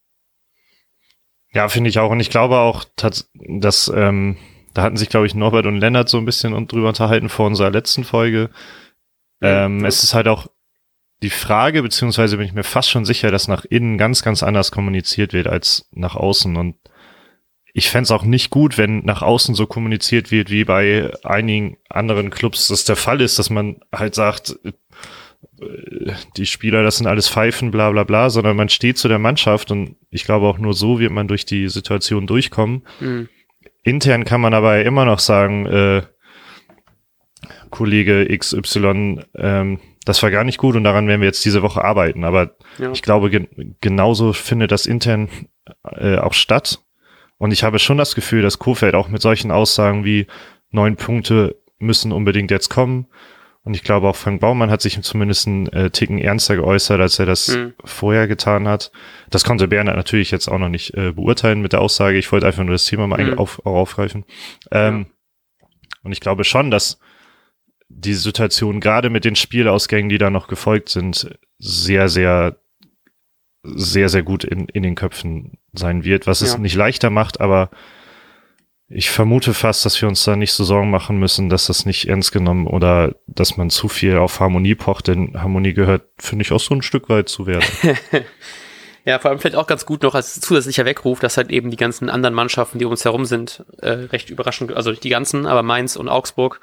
Ja, finde ich auch. Und ich glaube auch, dass ähm, da hatten sich, glaube ich, Norbert und Lennart so ein bisschen drüber unterhalten vor unserer letzten Folge. Ähm, ja. Es ist halt auch die Frage, beziehungsweise bin ich mir fast schon sicher, dass nach innen ganz, ganz anders kommuniziert wird als nach außen. Und ich fände es auch nicht gut, wenn nach außen so kommuniziert wird, wie bei einigen anderen Clubs das der Fall ist, dass man halt sagt, die Spieler, das sind alles Pfeifen, bla bla bla, sondern man steht zu der Mannschaft, und ich glaube auch nur so wird man durch die Situation durchkommen. Mhm. Intern kann man aber immer noch sagen, äh, Kollege X Y, ähm, das war gar nicht gut und daran werden wir jetzt diese Woche arbeiten. Aber ja. ich glaube, gen- genauso findet das intern äh, auch statt. Und ich habe schon das Gefühl, dass Kohfeldt auch mit solchen Aussagen wie neun Punkte müssen unbedingt jetzt kommen. Und ich glaube auch Frank Baumann hat sich zumindest einen äh, Ticken ernster geäußert, als er das mhm. vorher getan hat. Das konnte Bernhard natürlich jetzt auch noch nicht äh, beurteilen mit der Aussage. Ich wollte einfach nur das Thema mal mhm. auf, auch aufgreifen. Ähm, ja. Und ich glaube schon, dass die Situation gerade mit den Spielausgängen, die da noch gefolgt sind, sehr, sehr, sehr, sehr gut in, in den Köpfen sein wird, was ja. es nicht leichter macht, aber ich vermute fast, dass wir uns da nicht so Sorgen machen müssen, dass das nicht ernst genommen oder dass man zu viel auf Harmonie pocht, denn Harmonie gehört, finde ich, auch so ein Stück weit zu Werder. Ja, vor allem vielleicht auch ganz gut noch als zusätzlicher Weckruf, dass halt eben die ganzen anderen Mannschaften, die um uns herum sind, äh, recht überraschend, also nicht die ganzen, aber Mainz und Augsburg,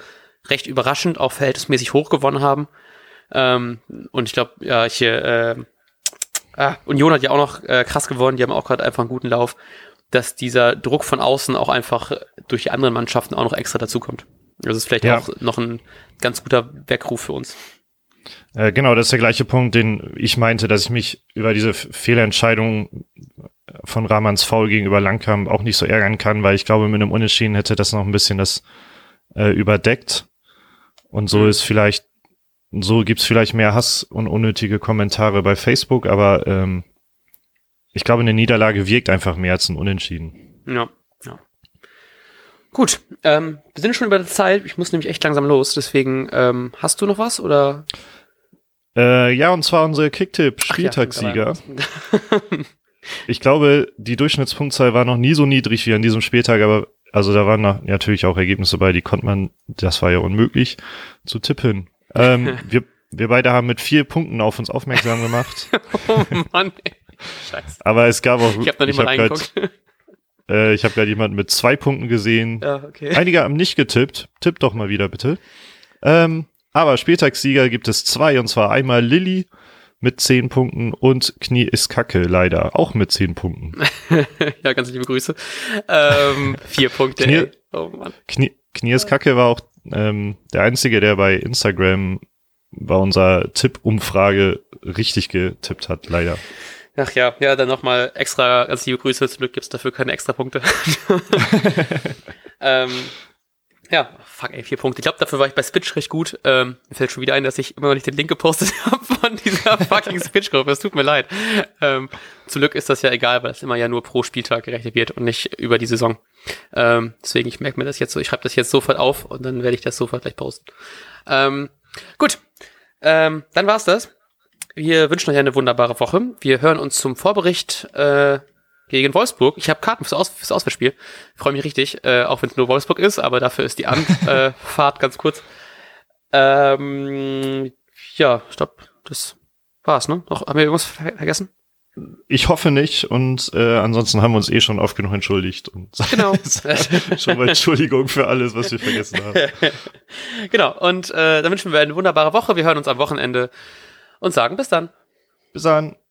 recht überraschend auch verhältnismäßig hoch gewonnen haben. Ähm, und ich glaube, ja, hier, äh, ah, Union hat ja auch noch äh, krass gewonnen, die haben auch gerade einfach einen guten Lauf, dass dieser Druck von außen auch einfach durch die anderen Mannschaften auch noch extra dazukommt. Das ist vielleicht ja. auch noch ein ganz guter Weckruf für uns. Äh, genau, das ist der gleiche Punkt, den ich meinte, dass ich mich über diese Fehlentscheidung von Rahmans Foul gegenüber Langkamp auch nicht so ärgern kann, weil ich glaube, mit einem Unentschieden hätte das noch ein bisschen das äh, überdeckt. Und so mhm. ist vielleicht, so gibt's vielleicht mehr Hass und unnötige Kommentare bei Facebook, aber ähm, ich glaube, eine Niederlage wirkt einfach mehr als ein Unentschieden. Ja, ja. Gut, ähm, wir sind schon über der Zeit. Ich muss nämlich echt langsam los. Deswegen, ähm, hast du noch was, oder? Äh, ja, und zwar unsere Kicktipp-Spieltagssieger. Ja, ich glaube, die Durchschnittspunktzahl war noch nie so niedrig wie an diesem Spieltag, aber also da waren noch, natürlich auch Ergebnisse bei, die konnte man, das war ja unmöglich, zu tippen. Ähm, wir, wir beide haben mit vier Punkten auf uns aufmerksam gemacht. Oh Mann, ey. Scheiße. Aber es gab auch... Ich hab noch nicht mal reingeguckt. Äh, ich habe gerade jemanden mit zwei Punkten gesehen. Ja, okay. Einige haben nicht getippt. Tipp doch mal wieder, bitte. Ähm, aber Spieltagssieger gibt es zwei, und zwar einmal Lilly mit zehn Punkten und Knie ist Kacke, leider, auch mit zehn Punkten. Ja, ganz liebe Grüße. Ähm, vier Punkte, Knie, ey. Oh Mann. Knie, Knie ist Kacke war auch ähm, der Einzige, der bei Instagram bei unserer Tippumfrage richtig getippt hat, leider. Ach ja, ja, dann nochmal extra ganz liebe Grüße. Zum Glück gibt's dafür keine extra Punkte. ähm, ja, fuck ey, vier Punkte. Ich glaube, dafür war ich bei Spitch recht gut. Ähm, mir fällt schon wieder ein, dass ich immer noch nicht den Link gepostet habe von dieser fucking Spitch-Gruppe. Es tut mir leid. Ähm, zum Glück ist das ja egal, weil es immer ja nur pro Spieltag gerechnet wird und nicht über die Saison. Ähm, deswegen, ich merke mir das jetzt so. Ich schreibe das jetzt sofort auf und dann werde ich das sofort gleich posten. Ähm, gut, ähm, dann war's das. Wir wünschen euch eine wunderbare Woche. Wir hören uns zum Vorbericht äh, gegen Wolfsburg. Ich habe Karten fürs, Aus- fürs Auswärtsspiel. Ich freue mich richtig, äh, auch wenn es nur Wolfsburg ist, aber dafür ist die Anfahrt äh, ganz kurz. Ähm, ja, stopp. Das war's, ne? Noch, haben wir irgendwas ver- vergessen? Ich hoffe nicht, und äh, ansonsten haben wir uns eh schon oft genug entschuldigt. Und genau. Schon mal Entschuldigung für alles, was wir vergessen haben. Genau, und äh, dann wünschen wir eine wunderbare Woche. Wir hören uns am Wochenende und sagen bis dann. Bis dann.